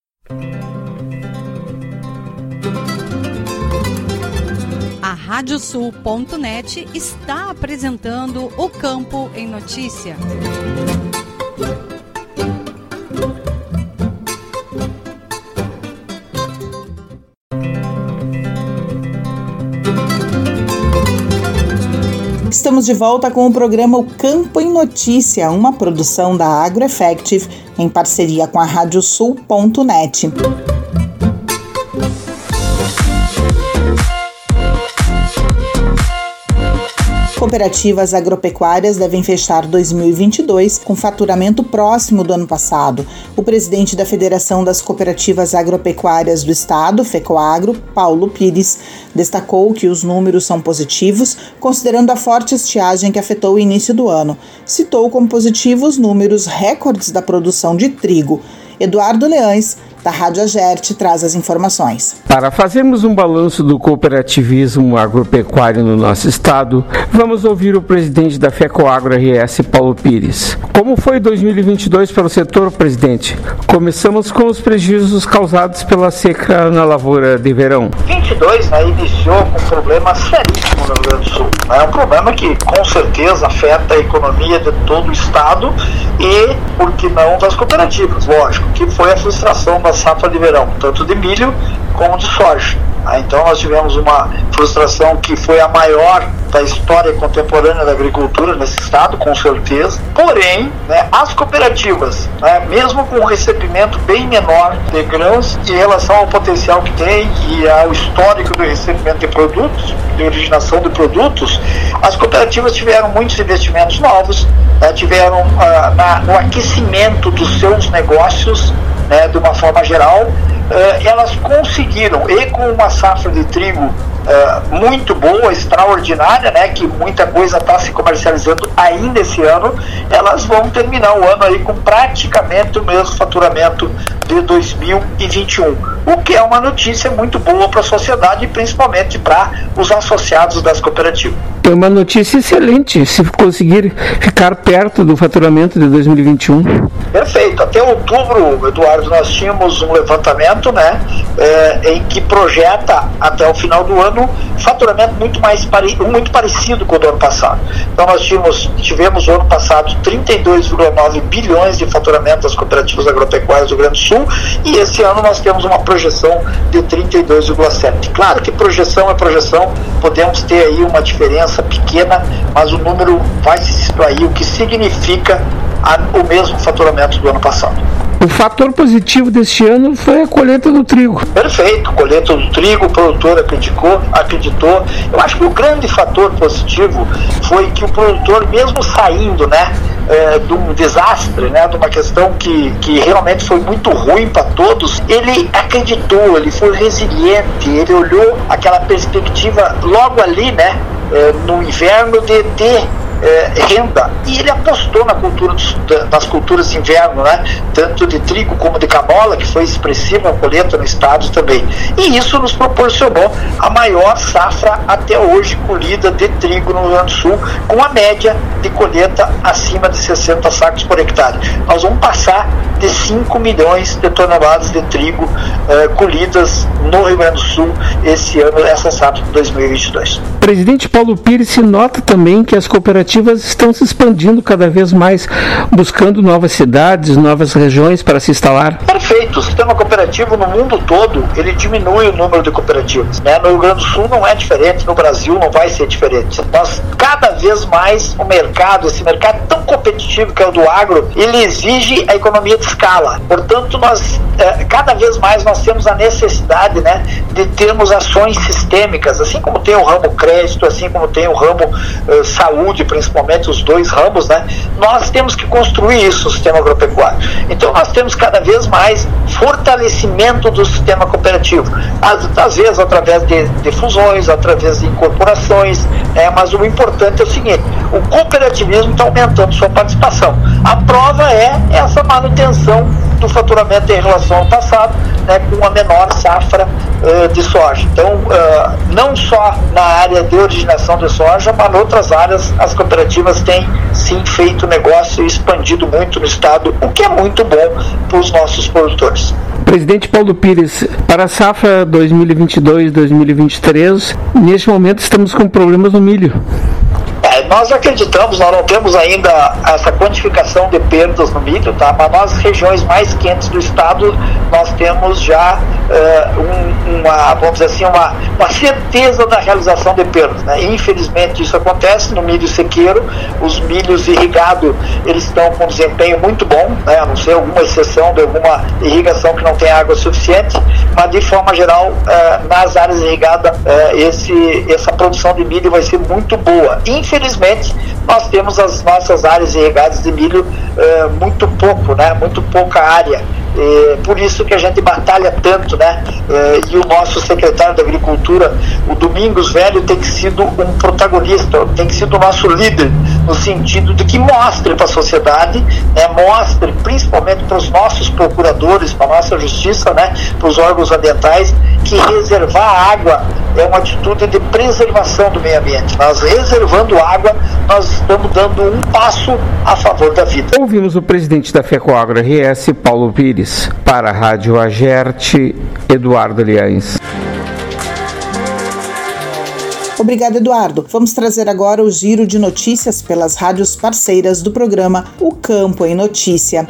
A rádio sul ponto net está apresentando o Campo em Notícia. Estamos de volta com o programa O Campo em Notícia, uma produção da AgroEffective em parceria com a rádio sul ponto net. Cooperativas agropecuárias devem fechar dois mil e vinte e dois com faturamento próximo do ano passado. O presidente da Federação das Cooperativas Agropecuárias do Estado, FECOAGRO, Paulo Pires, destacou que os números são positivos, considerando a forte estiagem que afetou o início do ano. Citou como positivos números recordes da produção de trigo. Eduardo Leães, da Rádio Agerte, traz as informações. Para fazermos um balanço do cooperativismo agropecuário no nosso estado, vamos ouvir o presidente da FECOAGRO R S, Paulo Pires. Como foi dois mil e vinte e dois para o setor, presidente? Começamos com os prejuízos causados pela seca na lavoura de verão. vinte e dois, né, iniciou com um problema seríssimo no Rio Grande do Sul. É né, um problema que com certeza afeta a economia de todo o estado e, por que não, das cooperativas, lógico, que foi a frustração da safra de verão, tanto de milho como de soja. Então nós tivemos uma frustração que foi a maior da história contemporânea da agricultura nesse estado, com certeza. Porém, né, as cooperativas, né, mesmo com um recebimento bem menor de grãos em relação ao potencial que tem e ao histórico do recebimento de produtos, de originação de produtos, as cooperativas tiveram muitos investimentos novos, né, tiveram uh, na, no aquecimento dos seus negócios, né, de uma forma geral, uh, elas conseguiram, e com uma safra de trigo uh, muito boa, extraordinária, né, que muita coisa está se comercializando ainda esse ano, elas vão terminar o ano aí com praticamente o mesmo faturamento de dois mil e vinte e um, o que é uma notícia muito boa para a sociedade e principalmente para os associados das cooperativas. É uma notícia excelente se conseguir ficar perto do faturamento de dois mil e vinte e um. Perfeito. Até outubro, Eduardo, nós tínhamos um levantamento, né, é, em que projeta até o final do ano faturamento muito mais pare... muito parecido com o do ano passado. Então nós tínhamos, tivemos o ano passado trinta e dois vírgula nove bilhões de faturamento das cooperativas agropecuárias do Rio Grande do Sul e esse ano nós temos uma projeção de trinta e dois vírgula sete. Claro que projeção é projeção, podemos ter aí uma diferença pequena, mas o número vai se situar aí, o que significa a, o mesmo faturamento do ano passado. O fator positivo deste ano foi a colheita do trigo. Perfeito, colheita do trigo, o produtor acreditou, acreditou. Eu acho que o grande fator positivo foi que o produtor, mesmo saindo, né, é, de um desastre, né, de uma questão que, que realmente foi muito ruim para todos, ele acreditou, ele foi resiliente, ele olhou aquela perspectiva logo ali, né, é, no inverno de ter É, renda, e ele apostou na cultura dos, nas culturas de inverno, né? Tanto de trigo como de canola, que foi expressiva a colheita no estado também, e isso nos proporcionou a maior safra até hoje colhida de trigo no Rio Grande do Sul, com a média de colheita acima de sessenta sacos por hectare. Nós vamos passar de cinco milhões de toneladas de trigo eh, colhidas no Rio Grande do Sul esse ano, essa safra de dois mil e vinte e dois. Presidente Paulo Pires, se nota também que as cooperativas estão se expandindo cada vez mais, buscando novas cidades, novas regiões para se instalar. Perfeito. O sistema cooperativo no mundo todo, ele diminui o número de cooperativas, né? No Rio Grande do Sul não é diferente, no Brasil não vai ser diferente. Nós, cada vez mais, o mercado, esse mercado tão competitivo que é o do agro, ele exige a economia de escala. Portanto, nós, eh, cada vez mais nós temos a necessidade, né, de termos ações sistêmicas, assim como tem o ramo crédito, assim como tem o ramo eh, saúde, principalmente os dois ramos, né? Nós temos que construir isso, o sistema agropecuário. Então nós temos cada vez mais fortalecimento do sistema cooperativo, às, às vezes através de, de fusões, através de incorporações, é, mas o importante é o seguinte: o cooperativismo está aumentando sua participação. A prova é essa manutenção do faturamento em relação ao passado, né, com a menor safra uh, de soja. Então, uh, não só na área de originação de soja, mas em outras áreas as cooperativas têm sim feito negócio e expandido muito no estado, o que é muito bom para os nossos produtores. Presidente Paulo Pires, para a safra dois mil e vinte e dois, dois mil e vinte e três, neste momento estamos com problemas no milho. É, nós acreditamos, nós não temos ainda essa quantificação de perdas no milho, tá? Mas nas regiões mais quentes do estado nós temos já uh, um, uma, vamos dizer assim, uma, uma certeza da realização de perdas, né? Infelizmente isso acontece no milho sequeiro. Os milhos irrigados, eles estão com desempenho muito bom, né? A não ser alguma exceção de alguma irrigação que não tem água suficiente, mas de forma geral uh, nas áreas irrigadas uh, esse, essa produção de milho vai ser muito boa. Infelizmente, nós temos as nossas áreas irrigadas de milho uh, muito pouco, né? Muito pouca área. É, por isso que a gente batalha tanto, né? É, e o nosso secretário da Agricultura, o Domingos Velho, tem sido um protagonista, tem sido o nosso líder, no sentido de que mostre para a sociedade, né? Mostre principalmente para os nossos procuradores, para a nossa justiça, né? Para os órgãos ambientais, que reservar água é uma atitude de preservação do meio ambiente. Nós reservando água, nós estamos dando um passo a favor da vida. Ouvimos o presidente da FECOAGRO R S, Paulo Pires. Para a Rádio Agerte, Eduardo Liães. Obrigado, Eduardo. Vamos trazer agora o giro de notícias pelas rádios parceiras do programa O Campo em Notícia.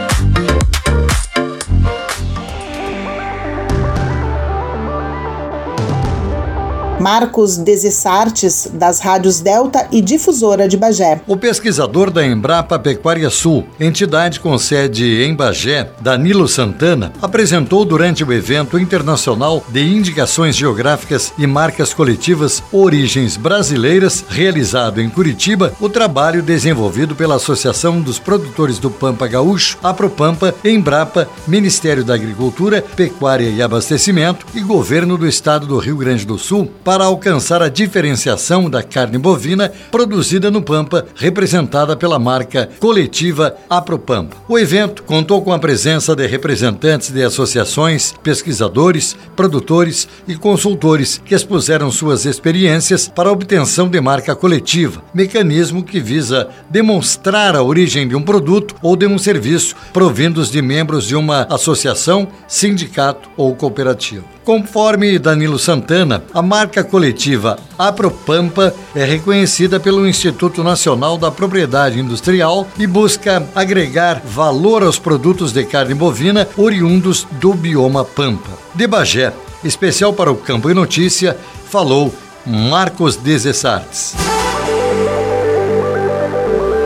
Marcos Desessartes, das rádios Delta e Difusora de Bagé. O pesquisador da Embrapa Pecuária Sul, entidade com sede em Bagé, Danilo Santana, apresentou durante o evento internacional de indicações geográficas e marcas coletivas Origens Brasileiras, realizado em Curitiba, o trabalho desenvolvido pela Associação dos Produtores do Pampa Gaúcho, Apropampa, Embrapa, Ministério da Agricultura, Pecuária e Abastecimento e Governo do Estado do Rio Grande do Sul, para alcançar a diferenciação da carne bovina produzida no Pampa, representada pela marca coletiva Apropampa. O evento contou com a presença de representantes de associações, pesquisadores, produtores e consultores que expuseram suas experiências para a obtenção de marca coletiva, mecanismo que visa demonstrar a origem de um produto ou de um serviço provindos de membros de uma associação, sindicato ou cooperativa. Conforme Danilo Santana, a marca coletiva Apropampa é reconhecida pelo Instituto Nacional da Propriedade Industrial e busca agregar valor aos produtos de carne bovina oriundos do bioma Pampa. De Bagé, especial para o Campo e Notícia, falou Marcos Desessartes. Que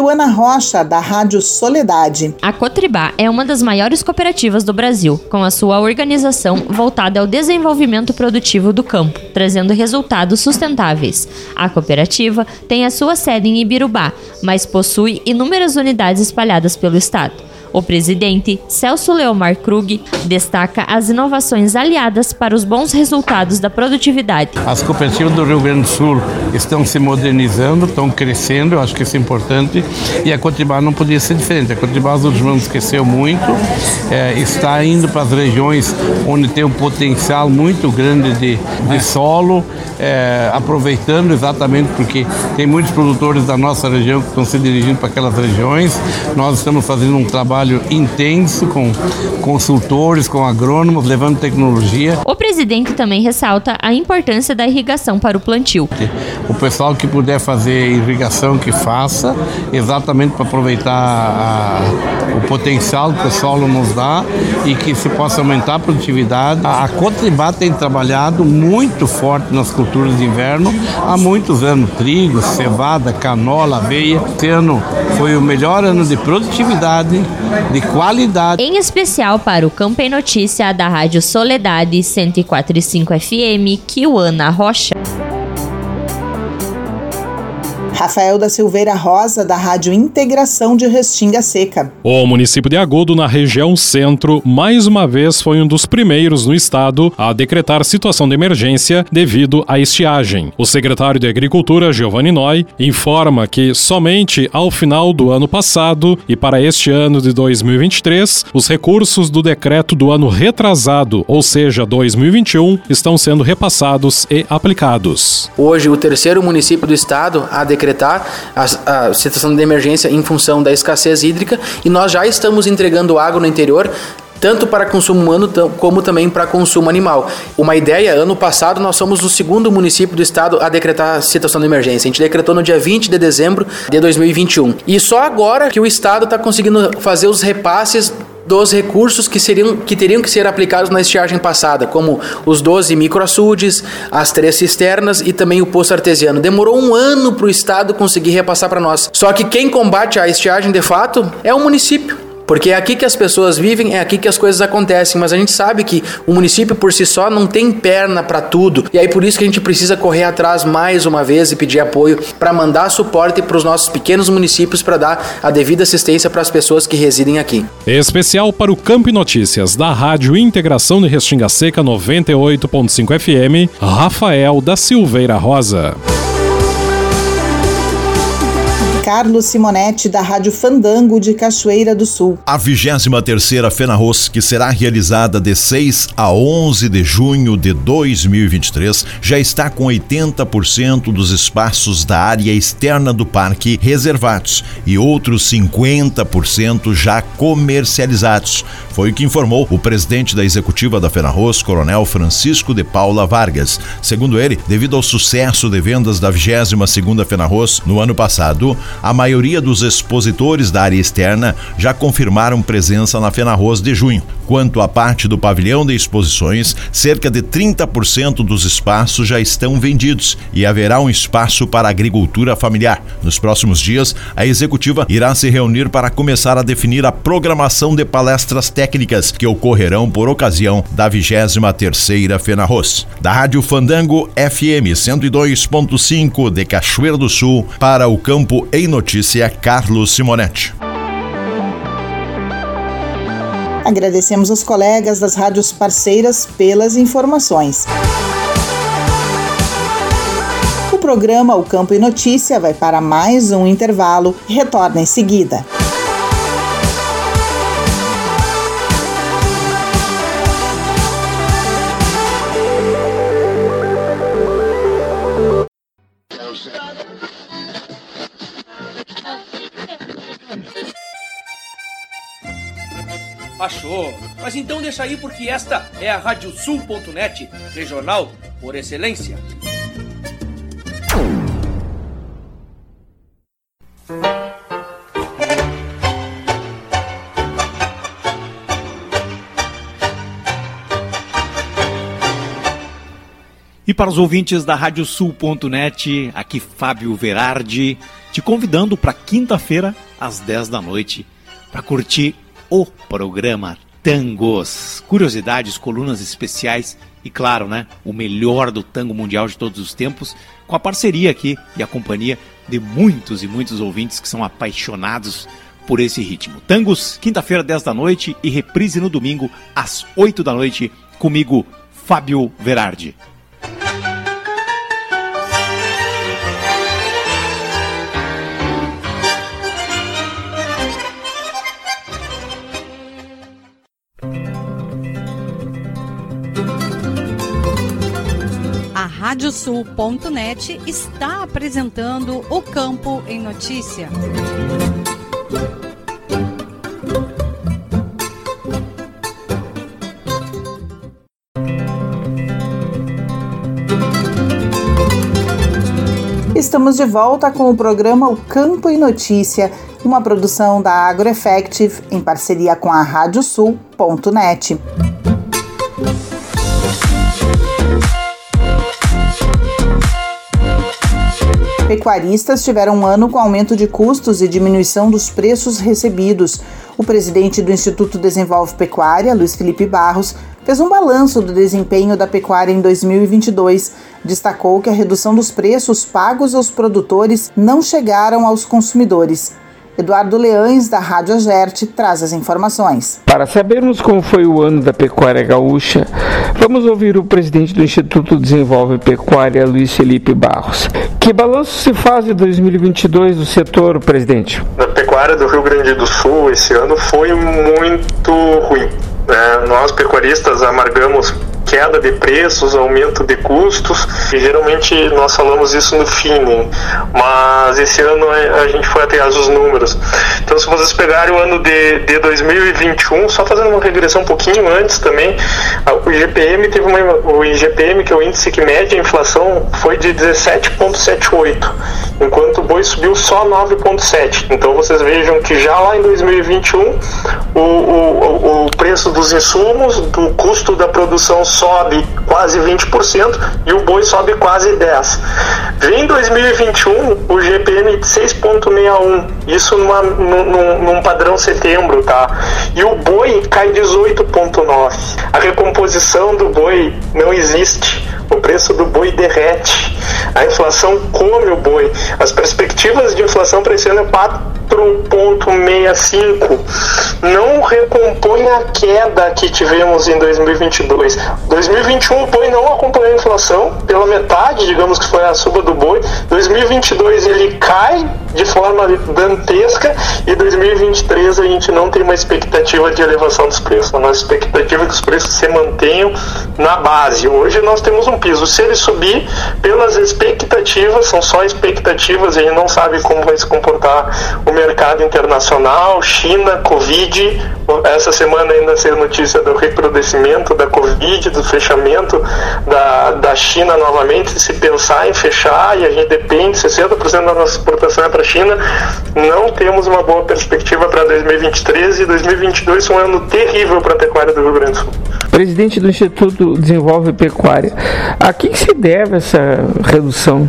Kiwana Rocha, da Rádio Soledade. A Cotribá é uma das maiores cooperativas do Brasil, com a sua organização voltada ao desenvolvimento produtivo do campo, trazendo resultados sustentáveis. A cooperativa tem a sua sede em Ibirubá, mas possui inúmeras unidades espalhadas pelo estado. O presidente, Celso Leomar Krug, destaca as inovações aliadas para os bons resultados da produtividade. As cooperativas do Rio Grande do Sul estão se modernizando, estão crescendo, eu acho que isso é importante, e a Cotribá não podia ser diferente. A Cotribá, os últimos anos, cresceu muito, é, está indo para as regiões onde tem um potencial muito grande de, de solo, é, aproveitando exatamente porque tem muitos produtores da nossa região que estão se dirigindo para aquelas regiões. Nós estamos fazendo um trabalho intenso com consultores, com agrônomos, levando tecnologia. O presidente também ressalta a importância da irrigação para o plantio. O pessoal que puder fazer irrigação, que faça, exatamente para aproveitar a, o potencial que o solo nos dá e que se possa aumentar a produtividade. A, a Cotribá tem trabalhado muito forte nas culturas de inverno há muitos anos. Trigo, cevada, canola, aveia. Esse ano foi o melhor ano de produtividade, de qualidade. Em especial para o Campo em Notícia da Rádio Soledade cento e quatro vírgula cinco F M, Kiwana Rocha. Rafael da Silveira Rosa, da Rádio Integração de Restinga Seca. O município de Agudo, na região centro, mais uma vez foi um dos primeiros no estado a decretar situação de emergência devido à estiagem. O secretário de Agricultura, Giovanni Noy, informa que somente ao final do ano passado e para este ano de dois mil e vinte e três, os recursos do decreto do ano retrasado, ou seja, dois mil e vinte e um, estão sendo repassados e aplicados. Hoje, o terceiro município do estado a decretar a, a situação de emergência em função da escassez hídrica, e nós já estamos entregando água no interior, tanto para consumo humano como também para consumo animal. Uma ideia, ano passado nós somos o segundo município do estado a decretar a situação de emergência. A gente decretou no dia vinte de dezembro de dois mil e vinte e um. E só agora que o estado está conseguindo fazer os repasses dos recursos que, seriam, que teriam que ser aplicados na estiagem passada, como os doze microaçudes, as três cisternas e também o poço artesiano. Demorou um ano para o estado conseguir repassar para nós. Só que quem combate a estiagem de fato é o município. Porque é aqui que as pessoas vivem, é aqui que as coisas acontecem, mas a gente sabe que o município por si só não tem perna para tudo, e aí por isso que a gente precisa correr atrás mais uma vez e pedir apoio para mandar suporte para os nossos pequenos municípios para dar a devida assistência para as pessoas que residem aqui. Especial para o Campo e Notícias da Rádio Integração de Restinga Seca noventa e oito ponto cinco F M, Rafael da Silveira Rosa. Carlos Simonetti, da Rádio Fandango de Cachoeira do Sul. A vigésima terceira FENARROS, que será realizada de seis a onze de junho de dois mil e vinte e três, já está com oitenta por cento dos espaços da área externa do parque reservados e outros cinquenta por cento já comercializados. Foi o que informou o presidente da executiva da FENARROS, Coronel Francisco de Paula Vargas. Segundo ele, devido ao sucesso de vendas da vigésima segunda FENARROS no ano passado, a maioria dos expositores da área externa já confirmaram presença na FENARROS de junho. Quanto à parte do pavilhão de exposições, cerca de trinta por cento dos espaços já estão vendidos e haverá um espaço para agricultura familiar. Nos próximos dias, a executiva irá se reunir para começar a definir a programação de palestras técnicas que ocorrerão por ocasião da vigésima terceira FENARROS. Da Rádio Fandango F M cento e dois ponto cinco de Cachoeira do Sul, para o Campo em Notícia, Carlos Simonetti. Agradecemos aos colegas das rádios parceiras pelas informações. O programa O Campo em Notícia vai para mais um intervalo e retorna em seguida. Achou? Mas então deixa aí, porque esta é a Rádio Sul ponto net, regional por excelência. E para os ouvintes da rádio sul ponto net, aqui Fábio Verardi, te convidando para quinta-feira, às dez da noite, para curtir o programa Tangos. Curiosidades, colunas especiais e, claro, né, o melhor do tango mundial de todos os tempos, com a parceria aqui e a companhia de muitos e muitos ouvintes que são apaixonados por esse ritmo. Tangos, quinta-feira, dez da noite e reprise no domingo, às oito da noite, comigo, Fábio Verardi. A rádio sul ponto net está apresentando o Campo em Notícia. Estamos de volta com o programa O Campo em Notícia, uma produção da AgroEffective em parceria com a rádio sul ponto net. Pecuaristas tiveram um ano com aumento de custos e diminuição dos preços recebidos. O presidente do Instituto Desenvolve Pecuária, Luiz Felipe Barros, fez um balanço do desempenho da pecuária em dois mil e vinte e dois. Destacou que a redução dos preços pagos aos produtores não chegaram aos consumidores. Eduardo Leães, da Rádio Agerte, traz as informações. Para sabermos como foi o ano da pecuária gaúcha, vamos ouvir o presidente do Instituto Desenvolve Pecuária, Luiz Felipe Barros. Que balanço se faz de dois mil e vinte e dois do setor, presidente? A pecuária do Rio Grande do Sul esse ano foi muito ruim. É, nós, pecuaristas, amargamos queda de preços, aumento de custos, e geralmente nós falamos isso no fim, né? Mas esse ano a gente foi atrás dos números. Então, se vocês pegarem o ano de, de dois mil e vinte e um, só fazendo uma regressão um pouquinho antes também, o I G P M teve uma, o I G P M, que é o índice que mede a inflação, foi de dezessete vírgula setenta e oito, enquanto o boi subiu só nove vírgula sete. Então, vocês vejam que já lá em dois mil e vinte e um, o, o, o preço dos insumos, do custo da produção sobe quase vinte por cento e o boi sobe quase dez por cento. Vem em dois mil e vinte e um o G P M de seis vírgula sessenta e um, isso numa, num, num padrão setembro, tá? E o boi cai dezoito vírgula nove. A recomposição do boi não existe. O preço do boi derrete. A inflação come o boi. As perspectivas de inflação para esse ano é quatro vírgula sessenta e cinco. Não recompõe a queda que tivemos em dois mil e vinte e dois. dois mil e vinte e um o boi não acompanhou a inflação, pela metade, digamos que foi a suba do boi. dois mil e vinte e dois ele cai de forma dantesca e dois mil e vinte e três a gente não tem uma expectativa de elevação dos preços. A nossa expectativa é que os preços se mantenham na base. Hoje nós temos um piso. Se ele subir, pelas expectativas, são só expectativas, a gente não sabe como vai se comportar o mercado internacional, China, Covid. Essa semana ainda saiu notícia do recrudescimento da Covid, do fechamento da, da China novamente. Se pensar em fechar, e a gente depende, sessenta por cento da nossa exportação é para a China, não temos uma boa perspectiva para dois mil e vinte e três, e dois mil e vinte e dois foi um ano terrível para a pecuária do Rio Grande do Sul. Presidente do Instituto Desenvolve Pecuária, a que se deve essa redução?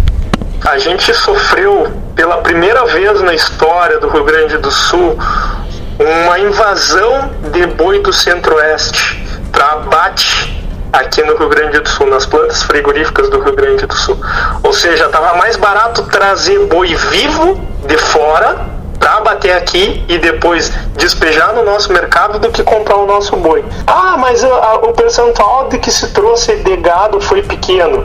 A gente sofreu pela primeira vez na história do Rio Grande do Sul uma invasão de boi do Centro-Oeste para abate aqui no Rio Grande do Sul, nas plantas frigoríficas do Rio Grande do Sul. Ou seja, estava mais barato trazer boi vivo de fora para abater aqui e depois despejar no nosso mercado do que comprar o nosso boi. Ah, mas a, a, o percentual de que se trouxe de gado foi pequeno.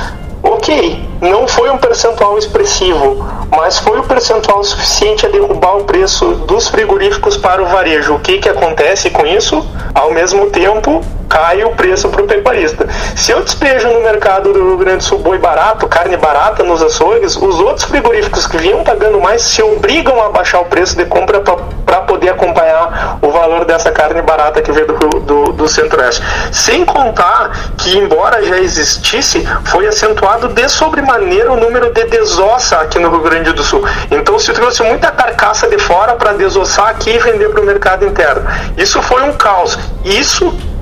Ok, não foi um percentual expressivo, mas foi um percentual suficiente a derrubar o preço dos frigoríficos para o varejo. O que, que acontece com isso? Ao mesmo tempo, cai o preço para o pecuarista. Se eu despejo no mercado do Rio Grande do Sul boi barato, carne barata nos açougues, os outros frigoríficos que vinham pagando mais se obrigam a baixar o preço de compra para poder acompanhar o valor dessa carne barata que veio do, do, do Centro-Oeste. Sem contar que, embora já existisse, foi acentuado de sobremaneira o número de desossa aqui no Rio Grande do Sul. Então se trouxe muita carcaça de fora para desossar aqui e vender para o mercado interno. Isso foi um caos. Isso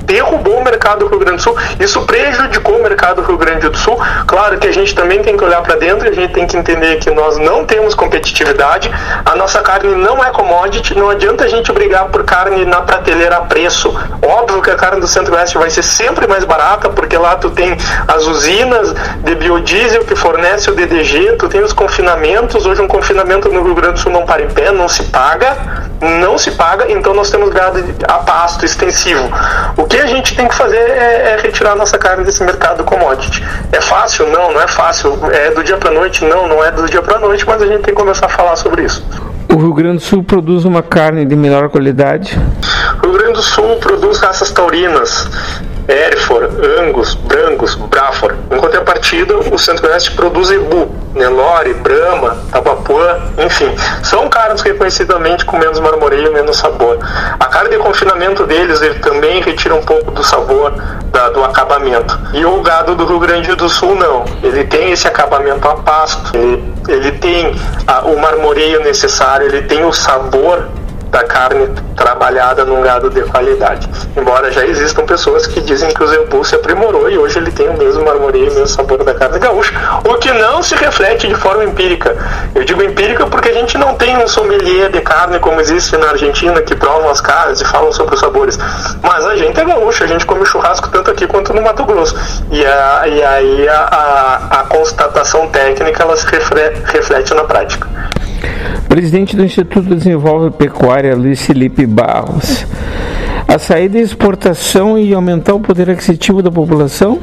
derrubou o mercado do Rio Grande do Sul, isso prejudicou o mercado do Rio Grande do Sul. Claro que a gente também tem que olhar para dentro, e a gente tem que entender que nós não temos competitividade, a nossa carne não é commodity, não adianta a gente brigar por carne na prateleira a preço. Óbvio que a carne do Centro-Oeste vai ser sempre mais barata, porque lá tu tem as usinas de biodiesel que fornece o D D G, tu tem os confinamentos. Hoje um confinamento no Rio Grande do Sul não para em pé, não se paga, não se paga, então nós temos gado a pasto extensivo. O que a gente tem que fazer é, é retirar a nossa carne desse mercado commodity. É fácil? Não, não é fácil. É do dia para noite? Não, não é do dia para noite, mas a gente tem que começar a falar sobre isso. O Rio Grande do Sul produz uma carne de menor qualidade? O Rio Grande do Sul produz raças taurinas, Hereford, Angus, Brangus, Braford. Em contrapartida, o Centro-Oeste produz Ebu, Nelore, Brahma, Tabapuã, enfim. São carnes reconhecidamente com menos marmoreio e menos sabor. A carne de confinamento deles, ele também retira um pouco do sabor da, do acabamento. E o gado do Rio Grande do Sul não. Ele tem esse acabamento a pasto, ele, ele tem a, o marmoreio necessário, ele tem o sabor da carne trabalhada num gado de qualidade. Embora já existam pessoas que dizem que o Zebu se aprimorou e hoje ele tem o mesmo marmoreio e o mesmo sabor da carne gaúcha, o que não se reflete de forma empírica. Eu digo empírica porque a gente não tem um sommelier de carne como existe na Argentina, que provam as carnes e falam sobre os sabores. Mas a gente é gaúcho, a gente come churrasco tanto aqui quanto no Mato Grosso. E, a, e aí a, a, a constatação técnica ela se reflete, reflete na prática. Presidente do Instituto de Desenvolvimento Pecuária, Luiz Felipe Barros. A saída da exportação e aumentar o poder aquisitivo da população?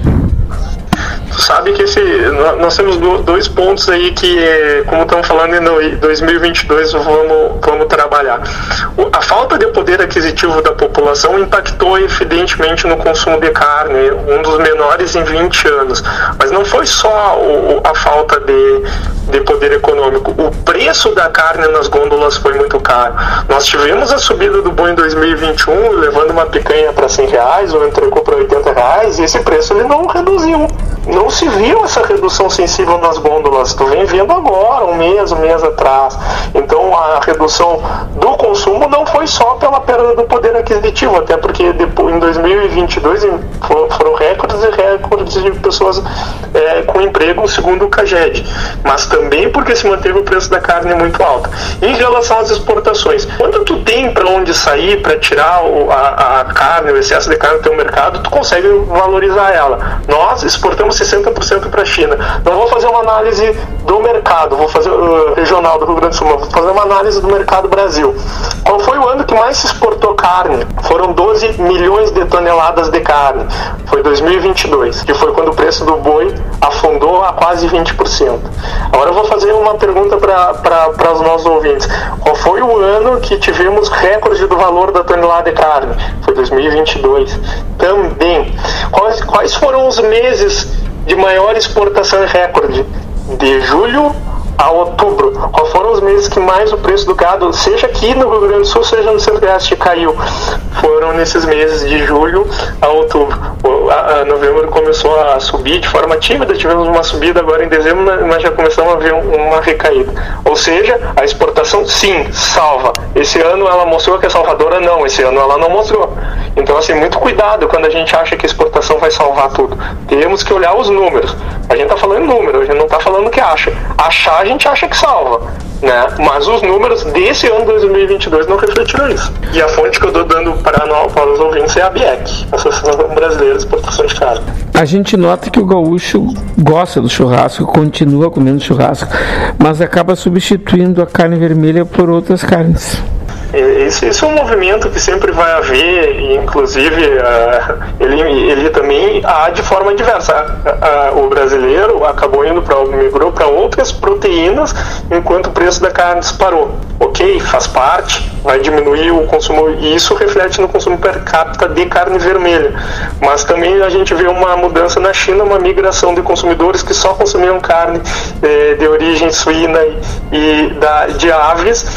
Tu sabe que esse, nós temos dois pontos aí que, como estamos falando em dois mil e vinte e dois, vamos, vamos trabalhar. A falta de poder aquisitivo da população impactou evidentemente no consumo de carne, um dos menores em vinte anos. Mas não foi só o, a falta de, de poder econômico. O preço da carne nas gôndolas foi muito caro. Nós tivemos a subida do boi em dois mil e vinte e um, levando uma picanha para cem reais, ou entrecô para oitenta reais, e esse preço ele não reduziu. Não se viu essa redução sensível nas gôndolas, tu vem vendo agora, um mês, um mês atrás. Então a redução do consumo não foi só pela perda do poder aquisitivo, até porque depois, em dois mil e vinte e dois foram recordes e recordes de pessoas é, com emprego, segundo o CAGED, mas também porque se manteve o preço da carne muito alto. Em relação às exportações, quando tu tem para onde sair para tirar o, a, a carne, o excesso de carne do teu mercado, tu consegue valorizar ela. Nós exportamos sessenta por cento para a China. Não vou fazer uma análise do mercado, vou fazer uh, regional do Rio Grande do Sul, vou fazer uma análise do mercado Brasil. Qual foi o ano que mais se exportou carne? Foram doze milhões de toneladas de carne. Foi dois mil e vinte e dois, que foi quando o preço do boi afundou a quase vinte por cento. Agora eu vou fazer uma pergunta para os nossos ouvintes. Qual foi o ano que tivemos recorde do valor da tonelada de carne? Foi dois mil e vinte e dois. Também. Quais, quais foram os meses de maior exportação recorde? De julho a outubro. Quais foram os meses que mais o preço do gado, seja aqui no Rio Grande do Sul, seja no Centro-Oeste, caiu? Foram nesses meses de julho a outubro. A, a novembro começou a subir de forma tímida, tivemos uma subida agora em dezembro, mas já começamos a ver uma recaída. Ou seja, a exportação sim, salva. Esse ano ela mostrou que é salvadora? Não, esse ano ela não mostrou. Então, assim, muito cuidado quando a gente acha que a exportação vai salvar tudo. Temos que olhar os números. A gente está falando em número, a gente não está falando que acha. Achar a gente acha que salva, né? Mas os números desse ano dois mil e vinte e dois não refletiram isso. E a fonte que eu estou dando para, para os ouvintes é a B I E C, Associação Brasileira de Exportação de Carne. A gente nota que o gaúcho gosta do churrasco, continua comendo churrasco, mas acaba substituindo a carne vermelha por outras carnes. Esse, esse é um movimento que sempre vai haver, e inclusive uh, ele, ele também há de forma diversa. Uh, uh, o brasileiro acabou indo para migrou para outras proteínas enquanto o preço da carne disparou. Ok, faz parte, vai diminuir o consumo, e isso reflete no consumo per capita de carne vermelha. Mas também a gente vê uma mudança na China, uma migração de consumidores que só consumiam carne eh, de origem suína e, e da, de aves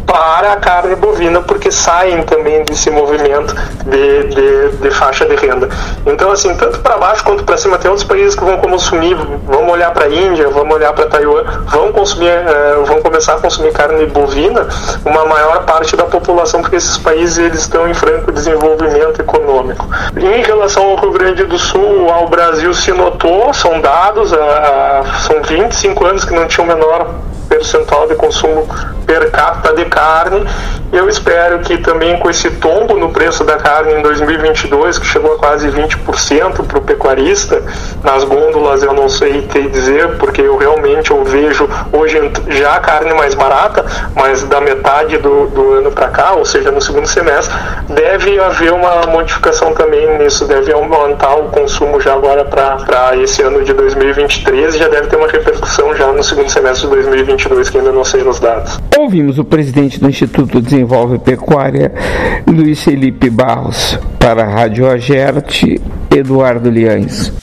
para a carne bovina, porque saem também desse movimento de, de, de faixa de renda. Então, assim, tanto para baixo quanto para cima, tem outros países que vão consumir, vamos olhar para a Índia, vamos olhar para Taiwan, vão consumir, uh, vão começar a consumir carne bovina, uma maior parte da população, porque esses países eles estão em franco desenvolvimento econômico. Em relação ao Rio Grande do Sul, ao Brasil se notou, são dados, uh, uh, são vinte e cinco anos que não tinha o menor percentual de consumo per capita de carne. Eu espero que também com esse tombo no preço da carne em dois mil e vinte e dois, que chegou a quase vinte por cento para o pecuarista, nas gôndolas eu não sei te dizer, porque eu realmente eu vejo hoje já a carne mais barata, mas da metade do, do ano para cá, ou seja, no segundo semestre, deve haver uma modificação também nisso, deve aumentar o consumo já agora para esse ano de dois mil e vinte e três, e já deve ter uma repercussão já no segundo semestre de dois mil e vinte e dois, que ainda não sei os dados. Ouvimos o presidente do Instituto Desenvolve Pecuária, Luiz Felipe Barros. Para a Rádio Agerte, Eduardo Liães.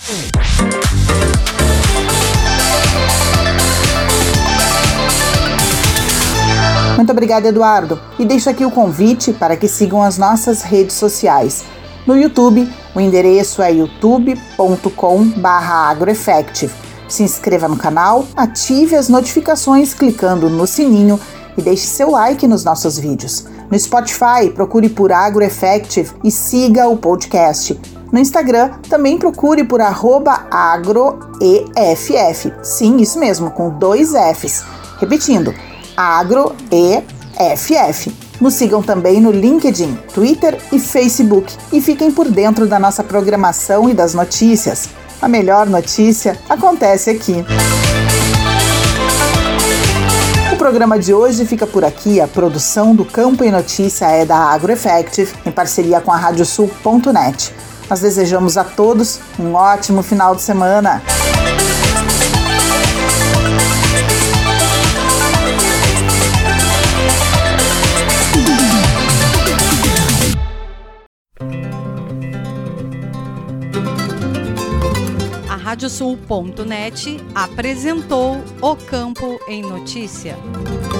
Muito obrigada, Eduardo. E deixo aqui o convite para que sigam as nossas redes sociais. No YouTube, o endereço é youtube ponto com barra agroeffective. Se inscreva no canal, ative as notificações clicando no sininho e deixe seu like nos nossos vídeos. No Spotify, procure por AgroEffective e siga o podcast. No Instagram, também procure por arroba agroeff. Sim, isso mesmo, com dois Fs. Repetindo, agroeff. Nos sigam também no LinkedIn, Twitter e Facebook e fiquem por dentro da nossa programação e das notícias. A melhor notícia acontece aqui. O programa de hoje fica por aqui. A produção do Campo em Notícia é da AgroEffective, em parceria com a radiosul ponto net. Nós desejamos a todos um ótimo final de semana. A radiosul ponto net apresentou o Campo em Notícia.